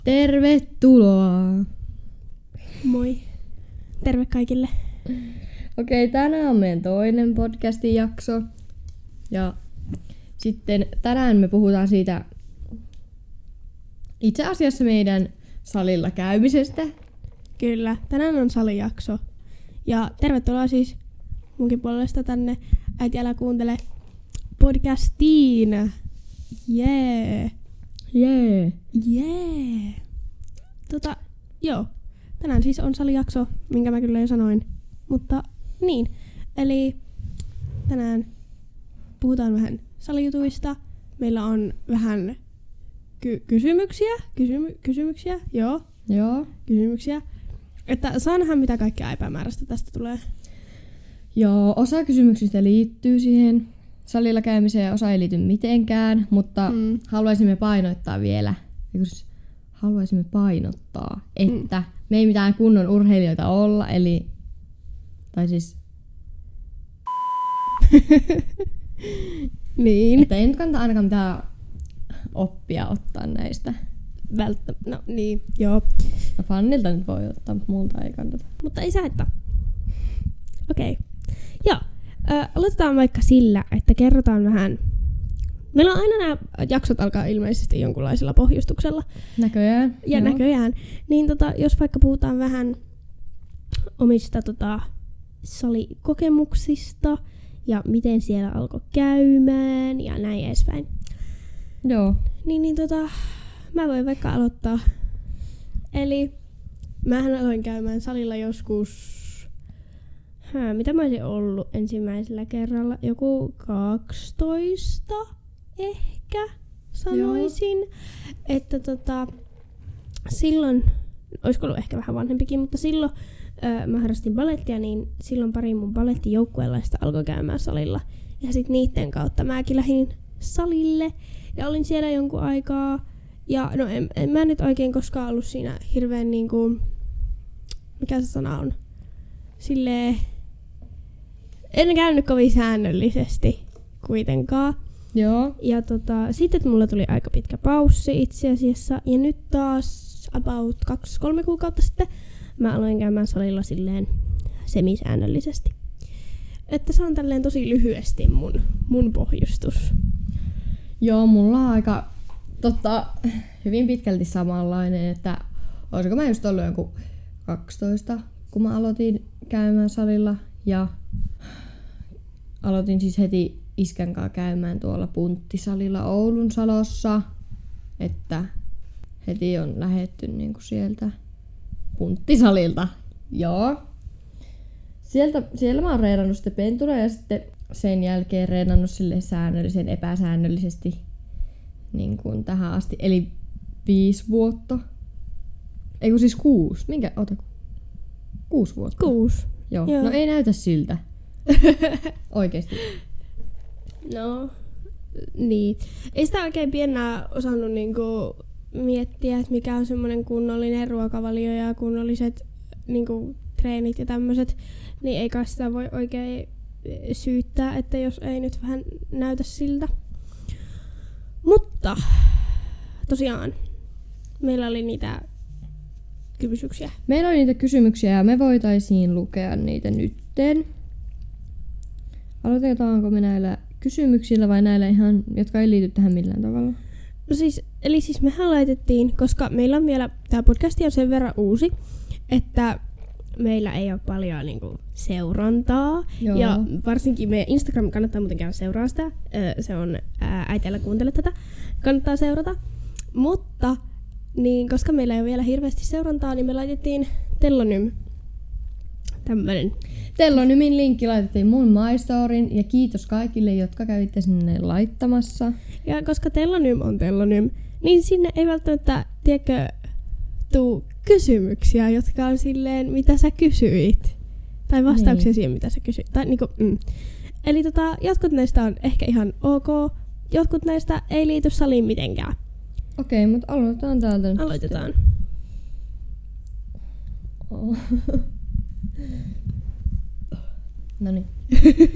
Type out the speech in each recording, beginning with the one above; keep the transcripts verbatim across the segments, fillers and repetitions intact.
Tervetuloa! Moi. Terve kaikille. Okei, tänään on meidän toinen podcastin jakso. Ja sitten tänään me puhutaan siitä itse asiassa meidän salilla käymisestä. Kyllä, tänään on salijakso. Ja tervetuloa siis munkin puolesta tänne Äiti älä kuuntele podcastiin. Jee. Jee. Jee. Tota, joo. Tänään siis on salijakso, minkä mä kyllä jo sanoin. Mutta niin. Eli tänään puhutaan vähän salijutuista. Meillä on vähän ky- kysymyksiä. Kysymy- kysymyksiä, joo. Joo. Kysymyksiä. Että saa nähdä, mitä kaikkea epämääräistä tästä tulee. Joo, osa kysymyksistä liittyy siihen salilla käymiseen ja osa ei liity mitenkään, mutta mm. haluaisimme painottaa vielä, haluaisimme painottaa, että mm. me ei mitään kunnon urheilijoita olla, eli, tai siis, niin. Että ei nyt kannata ainakaan mitään oppia ottaa näistä. Välttä, no niin, joo. No fannilta nyt voi ottaa, mutta multa ei kannata. Mutta ei sä haittaa. Okei. Okay. Joo. Ö, aloitetaan vaikka sillä, että kerrotaan vähän. Meillä on aina nämä jaksot alkaa ilmeisesti jonkunlaisella pohjustuksella. Näköjään. Ja joo. näköjään. Niin tota, jos vaikka puhutaan vähän omista tota, salikokemuksista ja miten siellä alkoi käymään ja näin edespäin. Joo. Niin, niin tota, mä voin vaikka aloittaa. Eli mähän aloin käymään salilla joskus, hää, mitä mä olisin ollut ensimmäisellä kerralla, joku kaksitoista ehkä sanoisin. Joo. Että tota, silloin, olisiko ollut ehkä vähän vanhempikin, mutta silloin öö, mä harrastin balettia, niin silloin pari mun balettijoukkueelaista alkoi käymään salilla. Ja sit niitten kautta mäkin lähdin salille ja olin siellä jonkun aikaa. Ja no en, en mä nyt oikein koskaan ollut siinä hirveän niinku, mikä se sana on, silleen, en käynyt kovin säännöllisesti kuitenkaan. Joo. Ja tota, sitten mulla tuli aika pitkä paussi itse asiassa. Ja nyt taas about kaksi kolme kuukautta sitten mä aloin käymään salilla silleen semisäännöllisesti. Että se on tälleen tosi lyhyesti mun, mun pohjustus. Joo, mulla on aika totta, hyvin pitkälti samanlainen, että olisiko mä just ollut joku kaksitoista, kun mä aloitin käymään salilla. Ja aloitin siis heti iskän kanssa käymään tuolla punttisalilla Oulun Salossa. Että heti on lähetty niinku sieltä punttisalilta. Joo. Sieltä, siellä mä oon reenannut sitten pentura ja sitten sen jälkeen reenannut sille säännöllisen epäsäännöllisesti niin kuin tähän asti. Eli viisi vuotta. Eikö siis kuusi? Minkä? Ota. Kuusi vuotta. Kuusi. Joo. Joo. No ei näytä siltä. Oikeesti. No, niin. Ei sitä oikein pienää osannut niinku miettiä, että mikä on semmoinen kunnollinen ruokavalio ja kunnolliset niinku treenit ja tämmöiset. Niin ei kai sitä voi oikein syyttää, että jos ei nyt vähän näytä siltä. Mutta tosiaan meillä oli niitä kysymyksiä. Meillä oli niitä kysymyksiä ja me voitaisiin lukea niitä nytten. Aloitetaanko me näillä kysymyksillä vai näillä ihan, jotka ei liity tähän millään tavalla? No siis, eli siis mehän laitettiin, koska meillä on vielä, tämä podcasti on sen verran uusi, että meillä ei ole paljon niinku seurantaa. Joo. Ja varsinkin meidän Instagram kannattaa muuten käydä seuraa sitä. Se on ää, Äiti älä kuuntele tätä. Kannattaa seurata. Mutta niin, koska meillä ei ole vielä hirveästi seurantaa, niin me laitettiin Tellonym. Tämmönen. Tellonymin linkki laitettiin mun My Storyn ja kiitos kaikille, jotka kävitte sinne laittamassa. Ja koska Tellonym on Tellonym, niin sinne ei välttämättä, tiedätkö, tuu kysymyksiä, jotka on silleen, mitä sä kysyit. Tai vastauksia niin siihen, mitä sä kysyit. Tai, niinku, mm. Eli tota, jotkut näistä on ehkä ihan ok, jotkut näistä ei liity saliin mitenkään. Okei, okay, mutta aloitetaan täältä nyt. Aloitetaan. Oh. Noniin.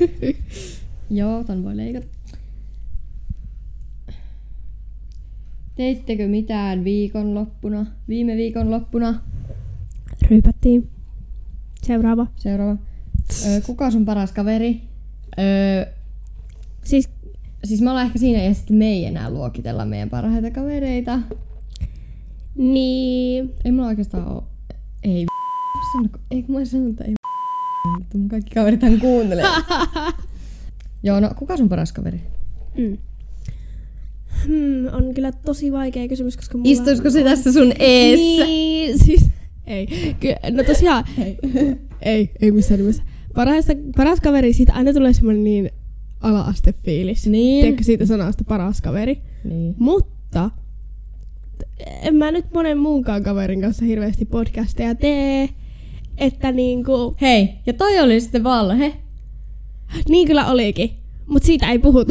Joo, tän voi leikata. Teittekö mitään viikonloppuna? Viime viikonloppuna? Ryypättiin. Seuraava. Seuraava. Öö, kuka on sun paras kaveri? Öö, Siis, siis me ollaan ehkä siinä ja sitten me ei enää luokitella meidän parhaita kavereita. niin... Ei mulla oikeastaan oo. Ei sanonko, ei kun mä en sanonut, että ei mutta mun kaikki kaverithan kuuntelee. Joo, no kuka on sun paras kaveri? Mm. Hmm, on kyllä tosi vaikea kysymys, koska mulla Istuisiko on... se tässä sun eessä? Niin, siis... Ei. Ky- no tosiaan... Ei. ei, ei missään nimessä. Parasta, paras kaveri, siitä aina tulee semmonen niin ala-astefiilis. Niin. Tiedätkö siitä sanasta paras kaveri? Niin. Mutta... En mä nyt monen muunkaan kaverin kanssa hirveästi podcasteja tee. Että niinku... Hei, ja toi oli sitten valhe. Niin kyllä olikin. Mut siitä ei puhuta.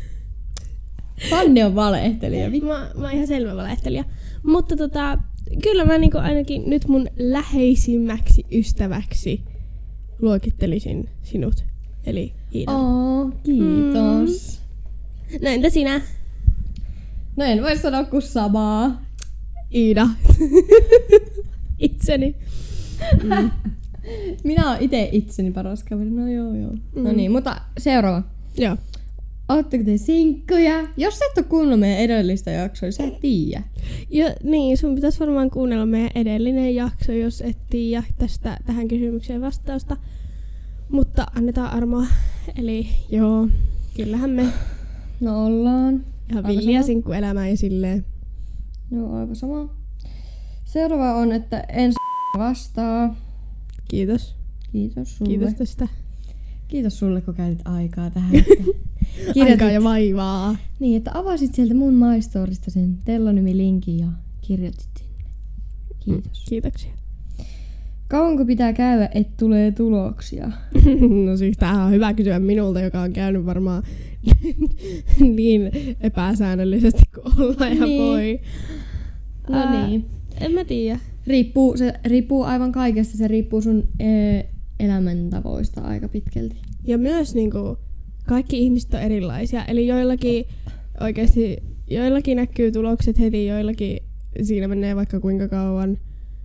Fanni on valehtelija. Mä, mä oon ihan selvä valehtelija. Mutta tota, kyllä mä niinku ainakin nyt mun läheisimmäksi ystäväksi luokittelisin sinut. Eli Iida. Oo, kiitos. Mm. No entä sinä? No en voi sanoa kuin samaa. Iida. Itseni. Mm. Minä oon ite itseni paras kaveri. No joo joo. Mm. No niin, mutta seuraava. Joo. Ootteko te sinkkuja? Jos et oo kuunnellut meidän edellistä jaksoa, sä et tiedä. Ja, niin, sun pitäisi varmaan kuunnella meidän edellinen jakso, jos et tiedä tästä tähän kysymykseen vastausta. Mutta annetaan armoa. Eli joo, kyllähän me No ollaan. ihan Aivan villiä sama. sinkkuelämää ja silleen. Joo, aivan sama. Seuraava on, että en vastaa. Kiitos. Kiitos sulle. Kiitos tästä. Kiitos sulle, kun käytit aikaa tähän. Että kirjoitit- Aikaa ja vaivaa. Niin, että avasit sieltä mun My Storysta sen Tellonymi-linkin ja kirjoitit sinne. Kiitos. Kiitoksia. Kauanko pitää käydä, et tulee tuloksia? No siis tämähän on hyvä kysyä minulta, joka on käynyt varmaan niin epäsäännöllisesti kuin olla ja Niin. voi. No Ää, niin. En mä tiedä. Riippuu, se riippuu aivan kaikesta. Se riippuu sun e- elämäntavoista aika pitkälti. Ja myös niinku, kaikki ihmiset on erilaisia. Eli joillakin oikeasti, joillakin näkyy tulokset heti, joillakin siinä menee vaikka kuinka kauan.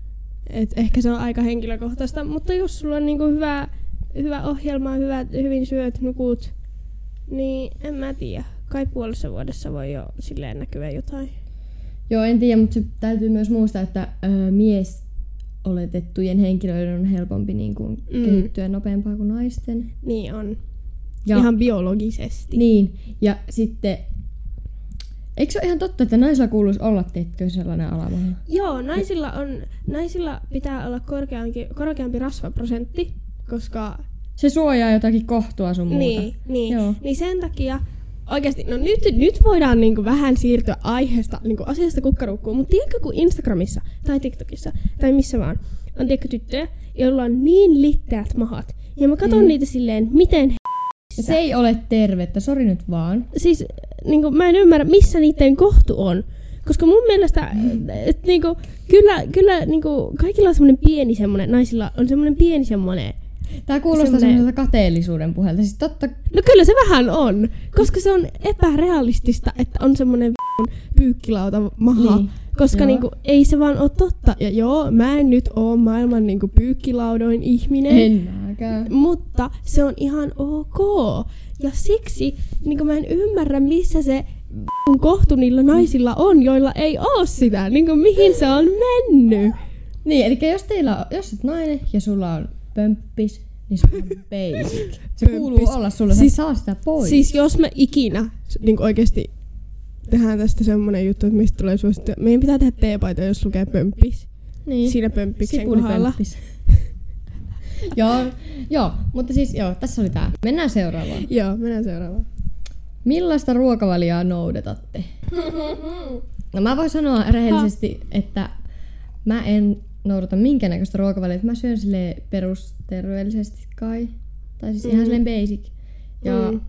Et ehkä se on aika henkilökohtaista, mutta jos sulla on niinku hyvä, hyvä ohjelma, hyvä, hyvin syöt, nukut, niin en mä tiedä. Kai puolessa vuodessa voi jo silleen näkyä jotain. Joo, en tiedä, mutta se täytyy myös muistaa, että ö, mies oletettujen henkilöiden on helpompi niin kuin, Mm. kehittyä nopeampaa kuin naisten. Niin on. Ja, Ihan biologisesti. Niin, ja sitten... Eikö se ole ihan totta, että naisilla kuuluisi olla, teetkö, sellainen alamaha? Joo, naisilla, on, naisilla pitää olla korkeampi, korkeampi rasvaprosentti, koska Se suojaa jotakin kohtua sun muuta. niin, niin, Joo. niin sen takia oikeasti, no nyt, nyt voidaan niinku vähän siirtyä aiheesta, niinku asiasta kukkarukkuun, mutta tiedätkö kun Instagramissa tai TikTokissa tai missä vaan on tiedätkö tyttöjä, joilla on niin litteät mahat. Ja mä katson Mm. niitä silleen, miten he... Se ei ole tervettä, sori nyt vaan. Siis niinku, mä en ymmärrä, missä niiden kohtu on. Koska mun mielestä, et, niinku, kyllä, kyllä niinku, kaikilla on semmonen pieni semmonen, naisilla on semmonen pieni semmonen. Tää kuulostaa Semmoinen- semmoiselta kateellisuuden puhelta. Siis totta... No kyllä se vähän on, koska se on epärealistista, että on semmonen v***n pyykkilauta maha. Niin, Koska joo. niinku, ei se vaan oo totta. Ja joo, mä en nyt oo maailman niinku, pyykkilaudoin ihminen. En mäkään. Mutta se on ihan ok. Ja siksi niin mä en ymmärrä, missä se v***n kohtu niillä naisilla on, joilla ei oo sitä. Niin kuin, mihin se on mennyt. Niin, eli jos teillä on, jos oot nainen ja sulla on pömppis, niin se on basic. Se kuuluu Pömppis. olla sulle, sä Siis- et saa sitä pois. Siis jos me ikinä niin oikeasti tehdään tästä semmonen juttu, että mistä tulee suosittu. Meidän pitää tehdä teepaita, jos lukee pömppis. niin. Siinä pömppiksen kohdalla. Sipulipömppis. joo, joo, mutta siis joo, tässä oli tää. Mennään seuraavaan. Joo, mennään seuraavaan. Millaista ruokavalioa noudatatte? No mä voin sanoa rehellisesti, että mä en noudata minkäännäköistä ruokavaliota. Mä syön silleen perusterveellisesti kai. Tai siis mm. ihan silleen basic. Ja Mm.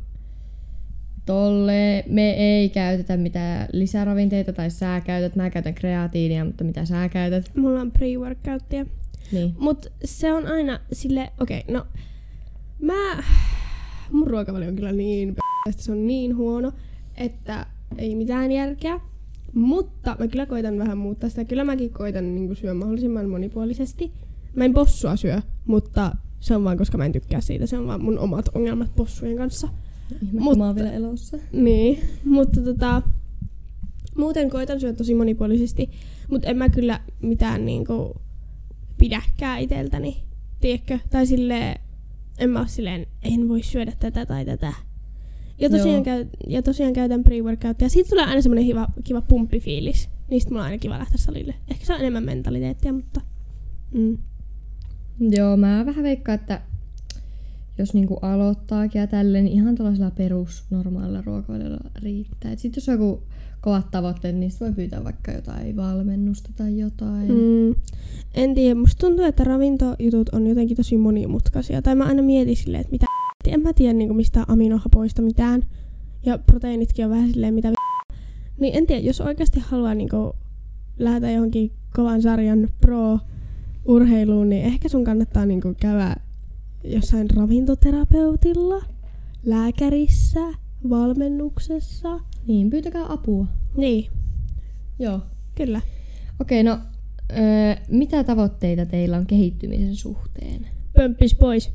tolle me ei käytetä mitään lisäravinteita tai sä käytät. Mä käytän kreatiinia, mutta mitä sä käytät? Mulla on pre-workouttia. Niin. Mut se on aina sille, okei, okay, no mä, mun ruokavalio on kyllä niin p***, se on niin huono, että ei mitään järkeä. Mutta mä kyllä koitan vähän muuttaa sitä. Kyllä mäkin koitan niin syödä mahdollisimman monipuolisesti. Mä en possua syö, mutta se on vaan koska mä en tykkää siitä. Se on vaan mun omat ongelmat possujen kanssa. Ihme, Mut, mä oon vielä elossa. Niin, mutta tota, muuten koitan syödä tosi monipuolisesti. Mutta en mä kyllä mitään niinku pidäkään iteltäni, tiedätkö? Tai silleen, en mä oo silleen, en voi syödä tätä tai tätä. Ja tosiaan, käy, ja tosiaan käytän pre-workouttia. Siitä tulee aina semmonen kiva, kiva pumppifiilis. Niistä mulla on aina kiva lähteä salille. Ehkä se on enemmän mentaliteettia, mutta... Mm. Joo, mä vähän veikkaan, että jos niinku aloittaakin ja tälleen, niin ihan tällaisella perus normaalilla ruokavälillä riittää. Et sit jos on joku kovat tavoitteet, niin voi pyytää vaikka jotain valmennusta tai jotain. Mm. En tiedä, musta tuntuu, että ravintojutut on jotenkin tosi monimutkaisia. Tai mä aina mietin silleen, että mitä en mä tiedä niinku mistään aminohapoista mitään. Ja proteiinitkin on vähän silleen mitä v***. Niin en tiedä, jos oikeasti haluaa niinku lähteä johonkin kovan sarjan pro-urheiluun, niin ehkä sun kannattaa niinku käydä jossain ravintoterapeutilla, lääkärissä, valmennuksessa. Niin, pyytäkää apua. Niin. Joo. Kyllä. Okei, no öö, mitä tavoitteita teillä on kehittymisen suhteen? Pömppis pois.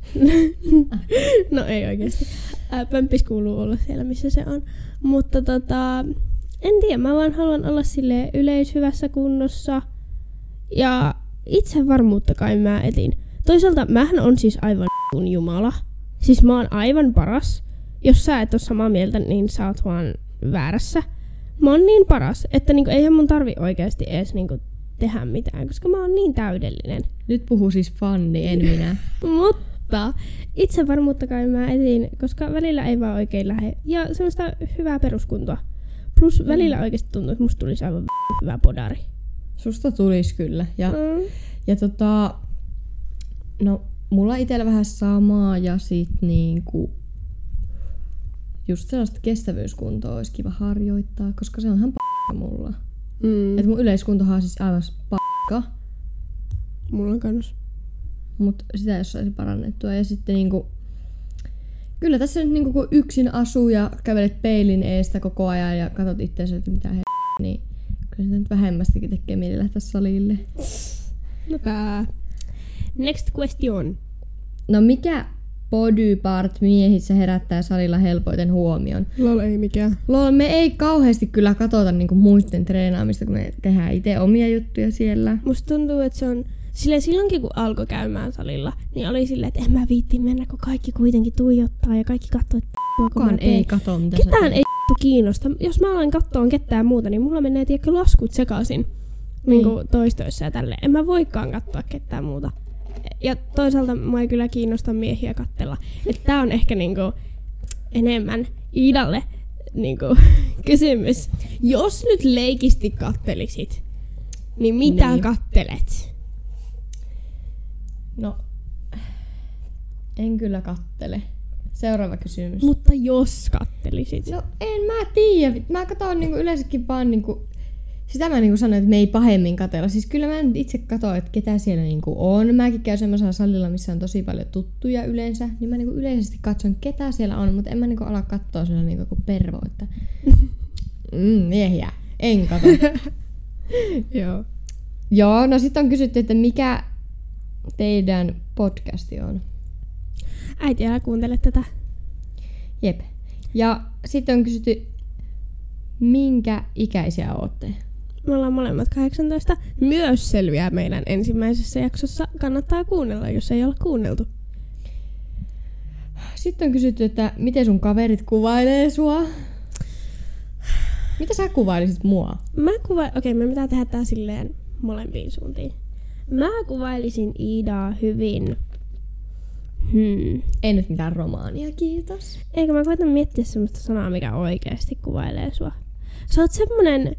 No ei oikeesti. Pömppis kuuluu olla siellä, missä se on. Mutta tota, en tiedä, mä vaan haluan olla silleen yleishyvässä kunnossa. Ja itsevarmuutta kai mä etin. Toisaalta mähän on siis aivan kun jumala. Siis mä oon aivan paras. Jos sä et oo samaa mieltä, niin sä oot vaan väärässä. Mä oon niin paras, että niinku, eihän mun tarvi oikeesti edes niinku tehdä mitään, koska mä oon niin täydellinen. Nyt puhuu siis Fanni, en minä. Mutta itsevarmuutta kai mä etin, koska välillä ei vaan oikein lähde. Ja semmoista hyvää peruskuntoa. Plus mm. välillä oikeesti tuntuu, että musta tulisi aivan hyvä podari. Susta tulisi kyllä. Ja, mm. ja tota, no mulla itsellä vähän samaa ja sit niinku just sellaista kestävyyskuntoa olisi kiva harjoittaa, koska se on ihan p***a mulla. Mm. Et mun yleiskuntohan on siis aivan p***a. Mulla on kans. Mut sitä jos saisi parannettua. Ja sitten niinku, kyllä tässä nyt niinku kun yksin asuu ja kävelet peilin eestä koko ajan ja katot itseäsi, että mitä he niin kyllä sitä nyt vähemmästikin tekee mieli lähteä salille. No tää. Next question. No mikä body part miehissä herättää salilla helpoiten huomion? Lol, ei mikään. Lol, me ei kauheasti kyllä katsota niinku muiden treenaamista, kun me tehdään itse omia juttuja siellä. Musta tuntuu, että se on silleen silloinkin, kun alkoi käymään salilla, niin oli silleen, että en mä viitti mennä, kun kaikki kuitenkin tuijottaa ja kaikki katsoo, että kukaan ei katso, mitä ketään ei kiinnosta. Jos mä aloin katsoa ketään muuta, niin mulla menee tiedäkö laskut sekaisin niin kuin toistoissa ja tälleen. En mä voikaan katsoa ketään muuta. Ja toisaalta mua ei kyllä kiinnosta miehiä katsella. Että tää on ehkä niinku enemmän Iidalle niinku kysymys. Jos nyt leikisti kattelisit, niin mitä niin kattelet? No, en kyllä kattele. Seuraava kysymys. Mutta jos kattelisit? No en mä tiedä. Mä katson niinku yleensäkin vaan niinku, sitä mä niinku sanoin, että me ei pahemmin katsella. Siis kyllä mä itse katson, että ketä siellä niinku on. Mäkin käyn semmoisella salilla, missä on tosi paljon tuttuja yleensä. Niin mä niinku yleisesti katson, ketä siellä on, mutta en mä niinku ala katsoa siellä niinku kuin pervo, että mm, miehiä. En katso. Joo. Joo, no sit on kysytty, että mikä teidän podcasti on? Äiti, älä kuuntele tätä. Jep. Ja sitten on kysytty, minkä ikäisiä ootte? Me ollaan molemmat kahdeksantoista. Myös selviää meidän ensimmäisessä jaksossa. Kannattaa kuunnella, jos ei ole kuunneltu. Sitten on kysytty, että miten sun kaverit kuvailee sua? Mitä sä kuvailisit mua? Mä kuva... Okei, okay, me pitää tehdä tää silleen molempiin suuntiin. Mä kuvailisin Iidaa hyvin. Hmm. Ei nyt mitään romaania, kiitos. Eikä mä koitan miettiä semmoista sanaa, mikä oikeasti kuvailee sua. Sä oot semmonen...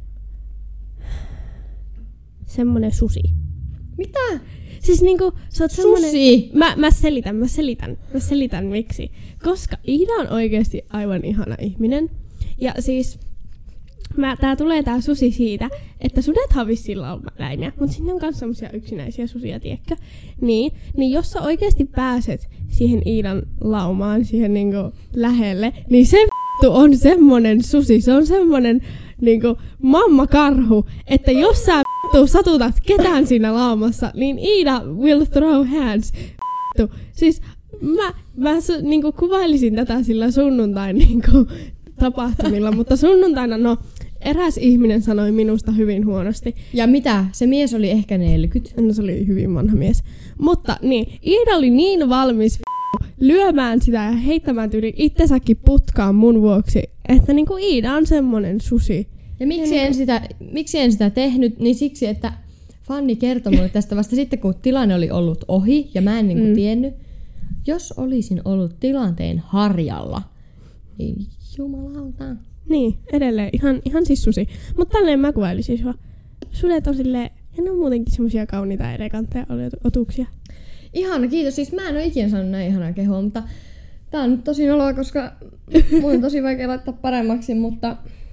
Semmonen susi. Mitä? Siis niinku, sä oot semmonen... Susi! Mä, mä selitän, mä selitän. Mä selitän miksi. Koska Iida on oikeasti aivan ihana ihminen. Ja siis... Mä, tää tulee tää susi siitä, että sudethan vissiin laumaläimiä, mutta sinne on myös semmosia yksinäisiä susia, tiedätkö? Niin, niin jos sä oikeesti pääset siihen Iidan laumaan, siihen niinku lähelle, niin se vittu on semmonen susi. Se on semmonen niinku mamma karhu, että jos sä vittu satutat ketään siinä laumassa, niin Iida will throw hands. Vittu. Siis mä, mä niinku kuvailisin tätä sillä sunnuntain niinku tapahtumilla, mutta sunnuntaina no eräs ihminen sanoi minusta hyvin huonosti. Ja mitä? Se mies oli ehkä neljäkymmentä. No se oli hyvin vanha mies. Mutta niin, Iida oli niin valmis lyömään sitä ja heittämään tyyli itsensäkin putkaan mun vuoksi, että niinku Iida on semmonen susi. Ja miksi, ja en, niin sitä, miksi en sitä tehnyt, niin siksi, että Fanni kertoi mulle tästä vasta sitten, kun tilanne oli ollut ohi ja mä en niinku mm. tiennyt. Jos olisin ollut tilanteen harjalla, niin jumalauta. Niin, edelleen. Ihan, ihan siis susi. Mutta tälleen mä kuvailisin sua. Sudet on silleen, ja ne on muutenkin semmosia kauniita ja elegantteja otuksia. Ihana, kiitos. Siis mä en oo ikinä saanut näin ihanaa kehua, mutta tää on nyt tosi noloa, koska mun on tosi vaikea laittaa paremmaksi, mutta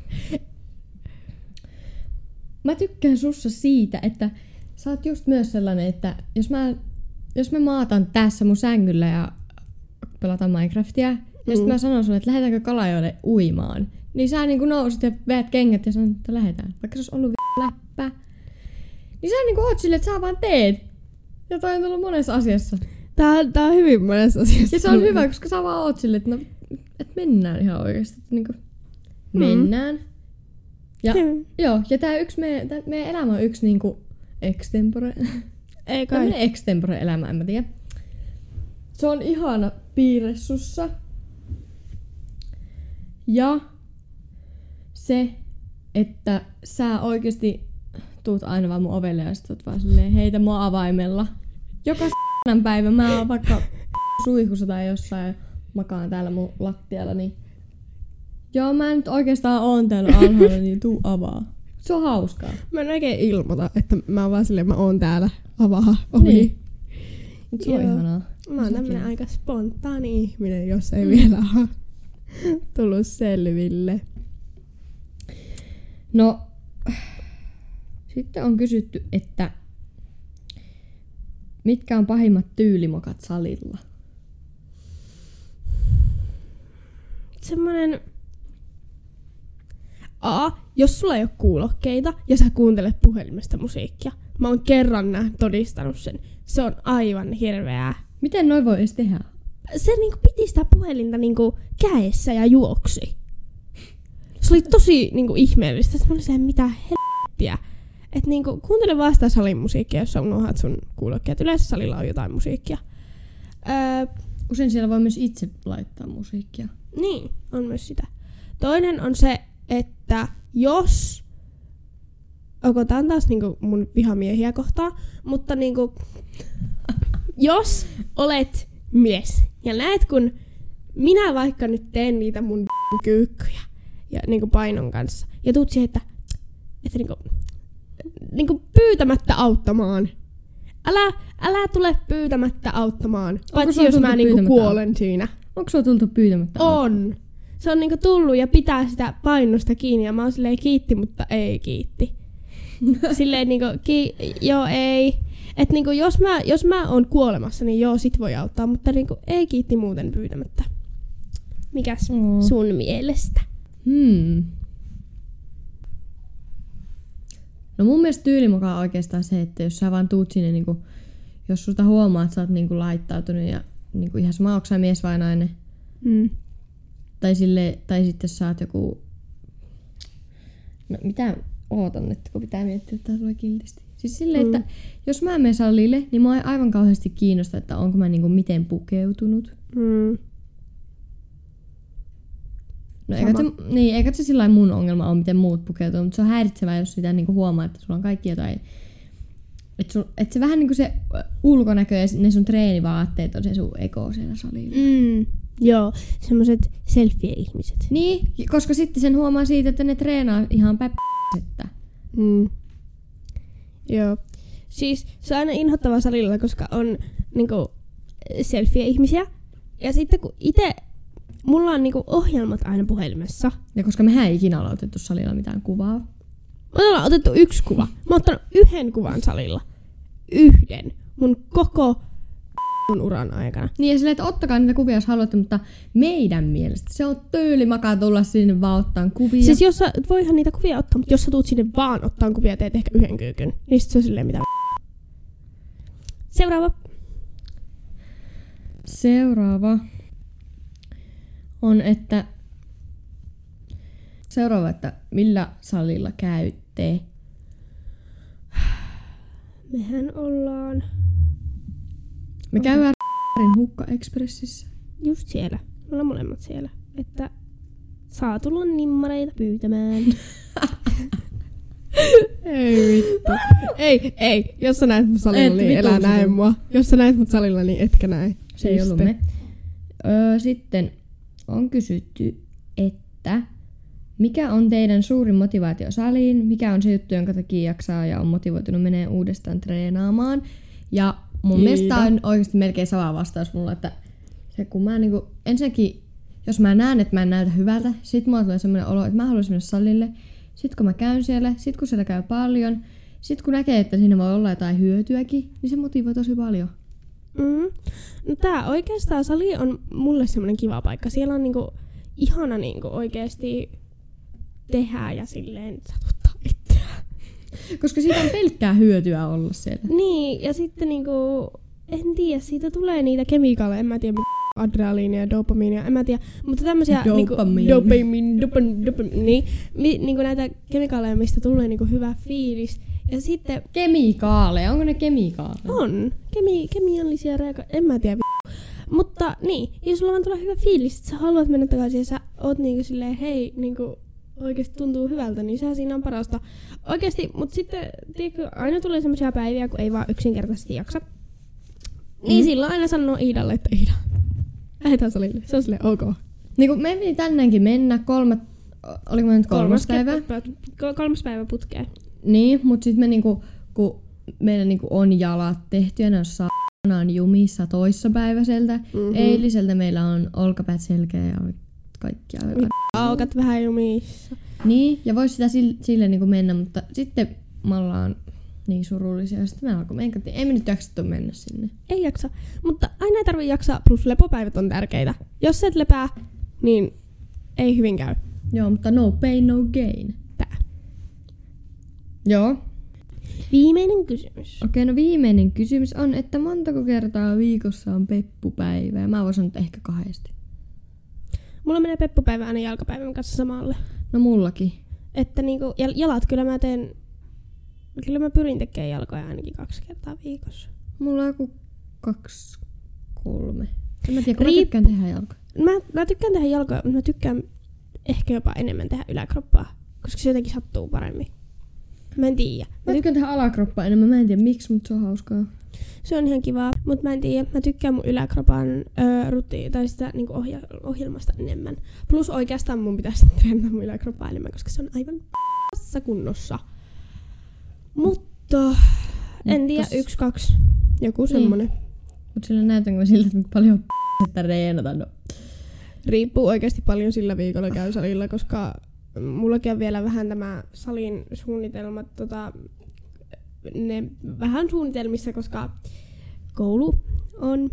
mä tykkään sussa siitä, että sä oot just myös sellainen, että jos mä, jos mä maatan tässä mun sängyllä ja pelataan Minecraftia, mm. ja sit mä sanon sulle, että lähdetäänkö Kalajoelle uimaan, niin sä niinku nousit ja veät kengät ja sanot, että lähdetään. Vaikka se olisi ollut v*** läppä. Niin sä niinku oot silleen, että sä vaan teet. Ja toi on tullut monessa asiassa. Tää on, tää on hyvin monessa asiassa. Ja se on hyvä, koska sä vaan oot silleen, että no, et mennään ihan oikeesti. Että niinku, mm. mennään. Ja, mm. joo, ja tää yksi, meidän, tää, meidän elämä on yksi niinku extempore. Ei kai. Tämmönen extempore elämä, en mä tiedä. Se on ihana piirre sussa. Ja se, että sä oikeesti tuut aina vaan mun ovelle ja sit oot vaan silleen heitä mua avaimella. Joka s***nän päivä mä oon vaikka suihkussa tai jossain makaan täällä mun lattialla, niin joo mä nyt oikeastaan oon täällä alhaalla, niin tuu avaa. Se on hauskaa. Mä en oikein ilmoita, että mä oon vaan silleen, mä oon täällä, avaa ovi. Niin. Mut se on ihanaa. Mä oon tämmönen aika spontaani ihminen, jos ei mm. vielä ole tullut selville. No, sitten on kysytty, että mitkä on pahimmat tyylimokat salilla? Semmonen A, jos sulla ei ole kuulokkeita ja sä kuuntelet puhelimesta musiikkia. Mä oon kerran nää todistanut sen. Se on aivan hirveää. Miten noi voi edes tehdä? Se niinku piti sitä puhelinta niinku kädessä ja juoksi. Se oli tosi niinku ihmeellistä. Sitten mä olin silleen, mitä helvettiä. Et niinku kuuntele vaan sitä salin musiikkia, jos sä unohdat sun kuulokkeet. Yleensä salilla on jotain musiikkia. Öö, Usein siellä voi myös itse laittaa musiikkia. Niin, on myös sitä. Toinen on se, että jos... Onko tää on taas niinku mun vihamiehiä kohtaa, mutta niinku... jos olet mies ja näet, kun minä vaikka nyt teen niitä mun kyykkyjä ja niinku painon kanssa ja tuut siihen, että, että niinku, niinku pyytämättä auttamaan. Älä, älä tule pyytämättä auttamaan, paitsi jos mä niinku kuolen siinä. Onko sua tultu pyytämättä auttamaan? On. Se on niinku tullut ja pitää sitä painosta kiinni ja mä oon silleen kiitti, mutta ei kiitti. Silleen niinku, ki- joo ei. Et niinku jos mä, jos mä oon kuolemassa, niin joo sit voi auttaa, mutta niinku ei kiitti muuten pyytämättä. Mikäs mm. sun mielestä? Hmm. No mun mielestä tyylimoka on oikeastaan se, että jos sä vaan tuut sinne, niinku, jos susta huomaa, että sä oot niinku laittautunut ja niinku ihan sama, onko sä mies vai nainen. Hmm. Tai, sille, tai sitten sä oot joku... No, mitä ootan nyt, kun pitää miettiä, että tää tulee kiltisti. Siis silleen, mm. että jos mä menen salille, niin mua ei aivan kauheasti kiinnosta, että onko mä niinku miten pukeutunut. Mm. No eikä se, niin, eikä se sillä mun ongelma ole, miten muut pukeutuu, mutta se on häiritsevää, jos sitä niinku huomaa, että sulla on kaikki jotain... Että sun, et se vähän niinku se ulkonäkö ja ne sun treenivaatteet on se sun ego siellä salilla. Mm. Joo, semmoset selfie-ihmiset. Niin, koska sitten sen huomaa siitä, että ne treenaa ihan päppäsettä. Mm. Joo. Siis se on aina inhottava salilla, koska on niinku selfie-ihmisiä. Ja sitten kun ite, mulla on niinku ohjelmat aina puhelimessa. Ja koska mehän ei ikinä olla otettu salilla mitään kuvaa. Me ollaan otettu yksi kuva. Mä oon ottanut yhden kuvan salilla. Yhden. Mun koko mun uran aikana. Niin ja silleen, että ottakaa niitä kuvia, jos haluatte, mutta meidän mielestä se on tyylimakaa tulla sinne vaan ottaan kuvia. Siis jos sä, voihan niitä kuvia ottaa, mutta jos sä tuut sinne vaan ottaan kuvia, teet ehkä yhden kyykyn, niin sit se on silleen mitä Seuraava. Seuraava on, että Seuraava, että millä salilla käytte? Mehän ollaan Me käydään r***in Hukka-Expressissä. just siellä. Me ollaan molemmat siellä. Että saa tulla nimmareita pyytämään. Ei vittu. Ei, ei. Jos sä näet mut salilla, Et niin elää näin mua. Jos sä näet mut salilla, niin etkä näin. Se ei ollut me. Öö, sitten on kysytty, että mikä on teidän suurin motivaatio saliin? Mikä on se juttu, jonka takia jaksaa ja on motivoitunut menee uudestaan treenaamaan? Ja mun Iida. mielestä on oikeasti melkein sama vastaus mulla, että se kun mä niinku, ensinnäkin, jos mä näen, että mä en näytä hyvältä, sit mulla tulee semmoinen olo, että mä haluaisin mennä salille. Sit kun mä käyn siellä, sit kun siellä käy paljon, sit kun näkee, että siinä voi olla jotain hyötyäkin, niin se motivoi tosi paljon. Mm. No tää oikeastaan sali on mulle semmonen kiva paikka. Siellä on niinku ihana niinku oikeesti tehdä ja silleen satuttaa itseään. Koska siitä on pelkkää hyötyä olla siellä. Niin, ja sitten niinku, en tiedä, siitä tulee niitä kemikaaleja, en mä tiedä, mitä adrenaliinia ja dopamiinia, en mä tiedä, mutta tämmösiä Dopamiini. niinku, dopamiin, dopan, dopan, niin, mi, niinku näitä kemikaaleja, mistä tulee niinku hyvä fiilis. Ja sitten Kemikaaleja, onko ne kemikaaleja? on kemi, kemiallisia reago, en mä tiedä, vi- mutta niin, jos sulla on tulee hyvä fiilis, että sä haluat mennä takaisin ja sä oot niinku silleen, hei, niinku oikeesti tuntuu hyvältä, niin sehän siinä on parasta. Oikeesti, mut sitten tiedätkö, aina tulee semmoisia päiviä, kun ei vaan yksinkertaisesti jaksa. Mm. Niin silloin aina sanoo Iidalle, että Iida, lähdetään salille. Se on silleen ok. Niin kun me piti tänäänkin mennä kolme, oliko me nyt kolmas päivä? Kol- kolmas päivä putkeen. Niin, mut sit me niinku, kun meillä niinku on jalat tehty ja ne on saanaan jumissa toissapäiväiseltä. Mm-hmm. Eiliseltä meillä on olkapäät selkeä ja kaikkia. Aukat vähän jumissa. Niin, ja vois sitä sille, sille niinku mennä, mutta sitten me ollaan niin surullisia. Ja sitten me alkoi, me ei me nyt jaksettu mennä sinne. Ei jaksa. Mutta aina ei tarvitse jaksaa, plus lepopäivät on tärkeitä. Jos et lepää, niin ei hyvin käy. Joo, mutta no pain, no gain. Tää. Joo. Viimeinen kysymys. Okei, no viimeinen kysymys on, että montako kertaa viikossa on peppupäivä? Ja mä voin sanoa, että ehkä kahdesti. Mulla menee peppupäivä aina jalkapäivän kanssa samalle. No mullakin. Että niinku, jal- jalat kyllä mä teen, kyllä mä pyrin tekemään jalkoja ainakin kaksi kertaa viikossa. Mulla on joku kaksi, kolme. En mä tiedä, kun Riip- mä tykkään tehdä jalkoja. Mä, mä tykkään tehdä jalkoja, mutta mä tykkään ehkä jopa enemmän tehdä yläkroppaa, koska se jotenkin sattuu paremmin. Mä en tiedä. Mä tykkään tehdä alakroppaa enemmän, mä en tiedä miksi, mutta se on hauskaa. Se on ihan kivaa, mutta mä en tiedä. Mä tykkään mun yläkropan öö, rutiin tai sitä niinku ohja- ohjelmasta enemmän. Plus oikeastaan mun pitäisi treenata mun yläkroppaa enemmän, koska se on aivan p***assa kunnossa. Mutta en tiedä, Muttas- yksi, kaksi. Joku semmonen. Mut sillä näytänkö siltä, että paljon p***, että reenata. No. Riippuu oikeasti paljon sillä viikolla käy salilla, koska mullakin on vielä vähän tämä salin suunnitelmat, tota, ne vähän suunnitelmissa, koska koulu on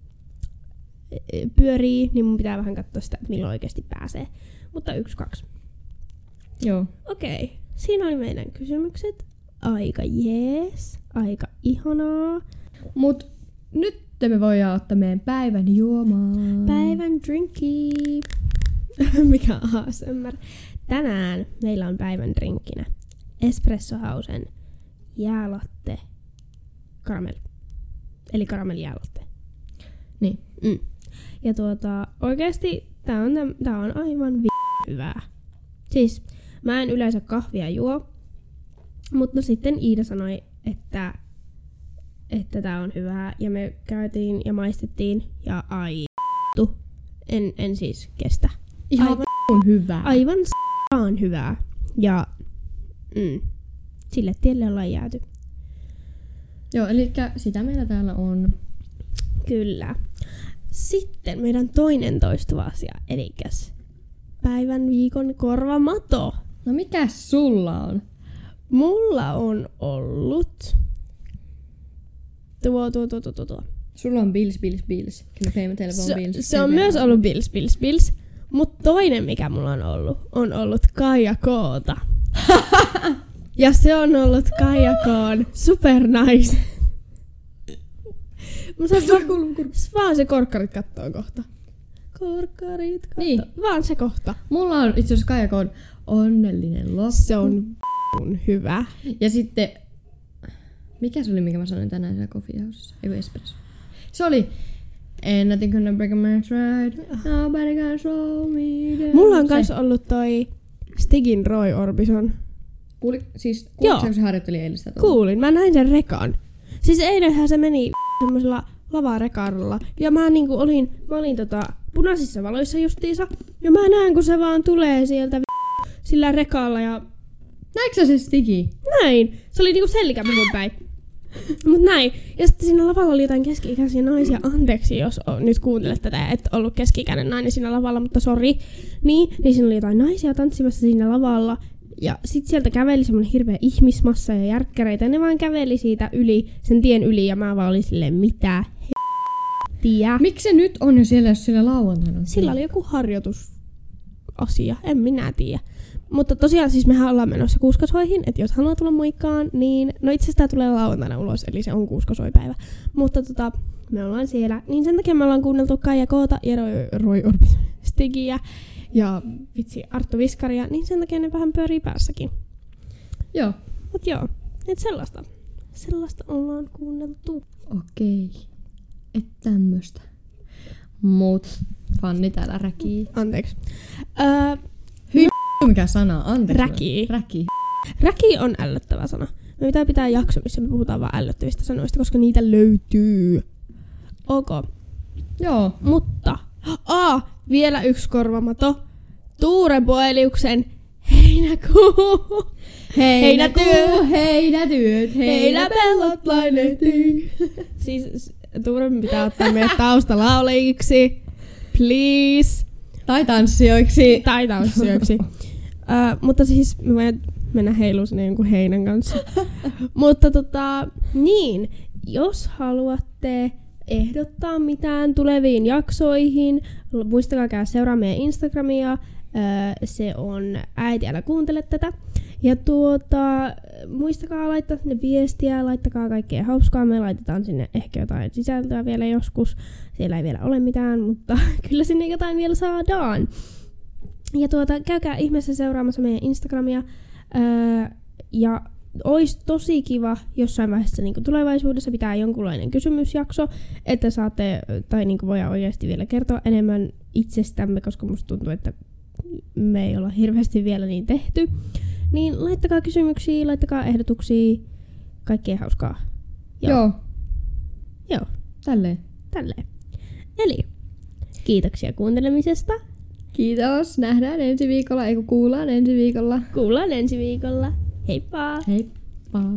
pyörii, niin mun pitää vähän katsoa sitä, että milloin oikeasti pääsee. Mutta yksi, kaksi. Joo. Okei, siinä oli meidän kysymykset. Aika jees, aika ihanaa. Mut nyt me voidaan ottaa meidän päivän juomaa. Päivän drinki. Mikä on A S M R? Tänään meillä on päivän drinkkinä Espresso Housen jäälatte karamell. Eli karamellijäälatte. Niin. Mm. Ja tuota, oikeesti tää on, tää on aivan vi- hyvää. Siis mä en yleensä kahvia juo, mutta sitten Iida sanoi, että että tää on hyvää ja me käytiin ja maistettiin ja ai tu. En, en siis kestä. Ihan Aivan, on hyvä. aivan s***aan hyvää. Ja mm, sille tielle ollaan jääty. Joo, eli sitä meillä täällä on. Kyllä. Sitten meidän toinen toistuva asia, elikäs päivän viikon korvamato. No mikä sulla on? Mulla on ollut tuo, tuo, tuo, tuo, tuo, tuo. Sulla on Bills, Bills, Bills. Can you pay my telephone Se, bills? se on myös ollut Bills, Bills, Bills. Mut toinen, mikä mulla on ollut, on ollut Kaija Koota. Ja se on ollut Kaija Koon supernais. Mä saan vaan, vaan se korkkarit kattoo kohta. Korkkarit kattoo. Niin. Vaan se kohta. Mulla on itse asiassa Kaija Koon Onnellinen loppu. Se on hyvä. Ja sitten... Mikä se oli, mikä mä sanoin tänään siellä Coffee Housessa? Eiku Espresso. Se oli... Ain't nothing gonna break a man's ride. Nobody can slow me down. Mulla on Se. kans ollut toi Stigin Roy Orbison. Kuuli, siis Joo. kuulitko se harjoitteli eilistä tuolla? Kuulin, mä näin sen rekan. Siis eilenhän se meni semmosella lavarekarilla. Ja mä niinku olin, mä olin tota punaisissa valoissa justiinsa. Ja mä näen, kun se vaan tulee sieltä sillä rekalla ja Näetkö sä se Stigi? näin. Se oli niinku selkä muhun päin. Mut näin. Ja sitten siinä lavalla oli jotain keski-ikäisiä naisia. Anteeksi, jos o, nyt kuuntelet tätä ja et ollut keski-ikäinen nainen siinä lavalla, mutta sori. Niin, niin siinä oli jotain naisia tanssimassa siinä lavalla. Ja sit sieltä käveli semmonen hirveä ihmismassa ja järkkäreitä. Ja ne vaan käveli siitä yli, sen tien yli. Ja mä vaan olin silleen, mitä he***tiä. Miksi se nyt on jo siellä, jos sillä lauantaina on? Sillä oli joku harjoitusasia, en minä tiedä. Mutta tosiaan siis mehän ollaan menossa kuuskasoihin, että jos haluaa tulla muikaan, niin no itse asiassa tää tulee lauantaina ulos, eli se on kuuskasoipäivä. Mutta tota, me ollaan siellä, niin sen takia me ollaan kuunneltu Kaija Koota ja Roy, Roy Orbison Stigiä ja vitsi Arttu Viskaria, niin sen takia ne vähän pyörii päässäkin. Joo. Mut joo, et sellaista. Sellaista ollaan kuunneltu. Okei. Et tämmöstä. Mut Fanni täällä räkii. Anteeksi. Öö, Mikä sana? Anteeksi. Räkii. Räkii. Räki on ällöttävä sana. Me pitää pitää jakso, missä me puhutaan vaan ällöttävistä sanoista, koska niitä löytyy. Ok. Joo. Mutta, aa, vielä yksi korvamato. Tuure Boeliuksen Heinäkuu. Heinäkuu, heinätyöt, Heinäpellot lainehtii. Siis Tuure pitää ottaa meidät taustalaulajiksi. Please. Tai tanssijoiksi. Tai tanssijoiksi. uh, mutta siis me voidaan mennä heiluun sinne jonkun heinän kanssa. Mutta tota, niin, jos haluatte ehdottaa mitään tuleviin jaksoihin, muistakaa käydä seuraa meidän Instagramia. Uh, se on äiti, älä kuuntele tätä. Ja tuota, muistakaa laittaa sinne viestiä, laittakaa kaikkea hauskaa. Me laitetaan sinne ehkä jotain sisältöä vielä joskus. Siellä ei vielä ole mitään, mutta kyllä sinne jotain vielä saadaan. Ja tuota, käykää ihmeessä seuraamassa meidän Instagramia. Öö, ja olisi tosi kiva jossain vaiheessa niin kuin tulevaisuudessa pitää jonkunlainen kysymysjakso, että saatte, tai niin kuin voidaan oikeasti vielä kertoa enemmän itsestämme, koska musta tuntuu, että me ei olla hirveästi vielä niin tehty. Niin laittakaa kysymyksiä, laittakaa ehdotuksia, kaikkea hauskaa. Joo. Joo. Joo, Tälleen. tälleen. Eli kiitoksia kuuntelemisesta. Kiitos. Nähdään ensi viikolla, eikö kuullaan ensi viikolla. Kuullaan ensi viikolla. Heippa! Heippa.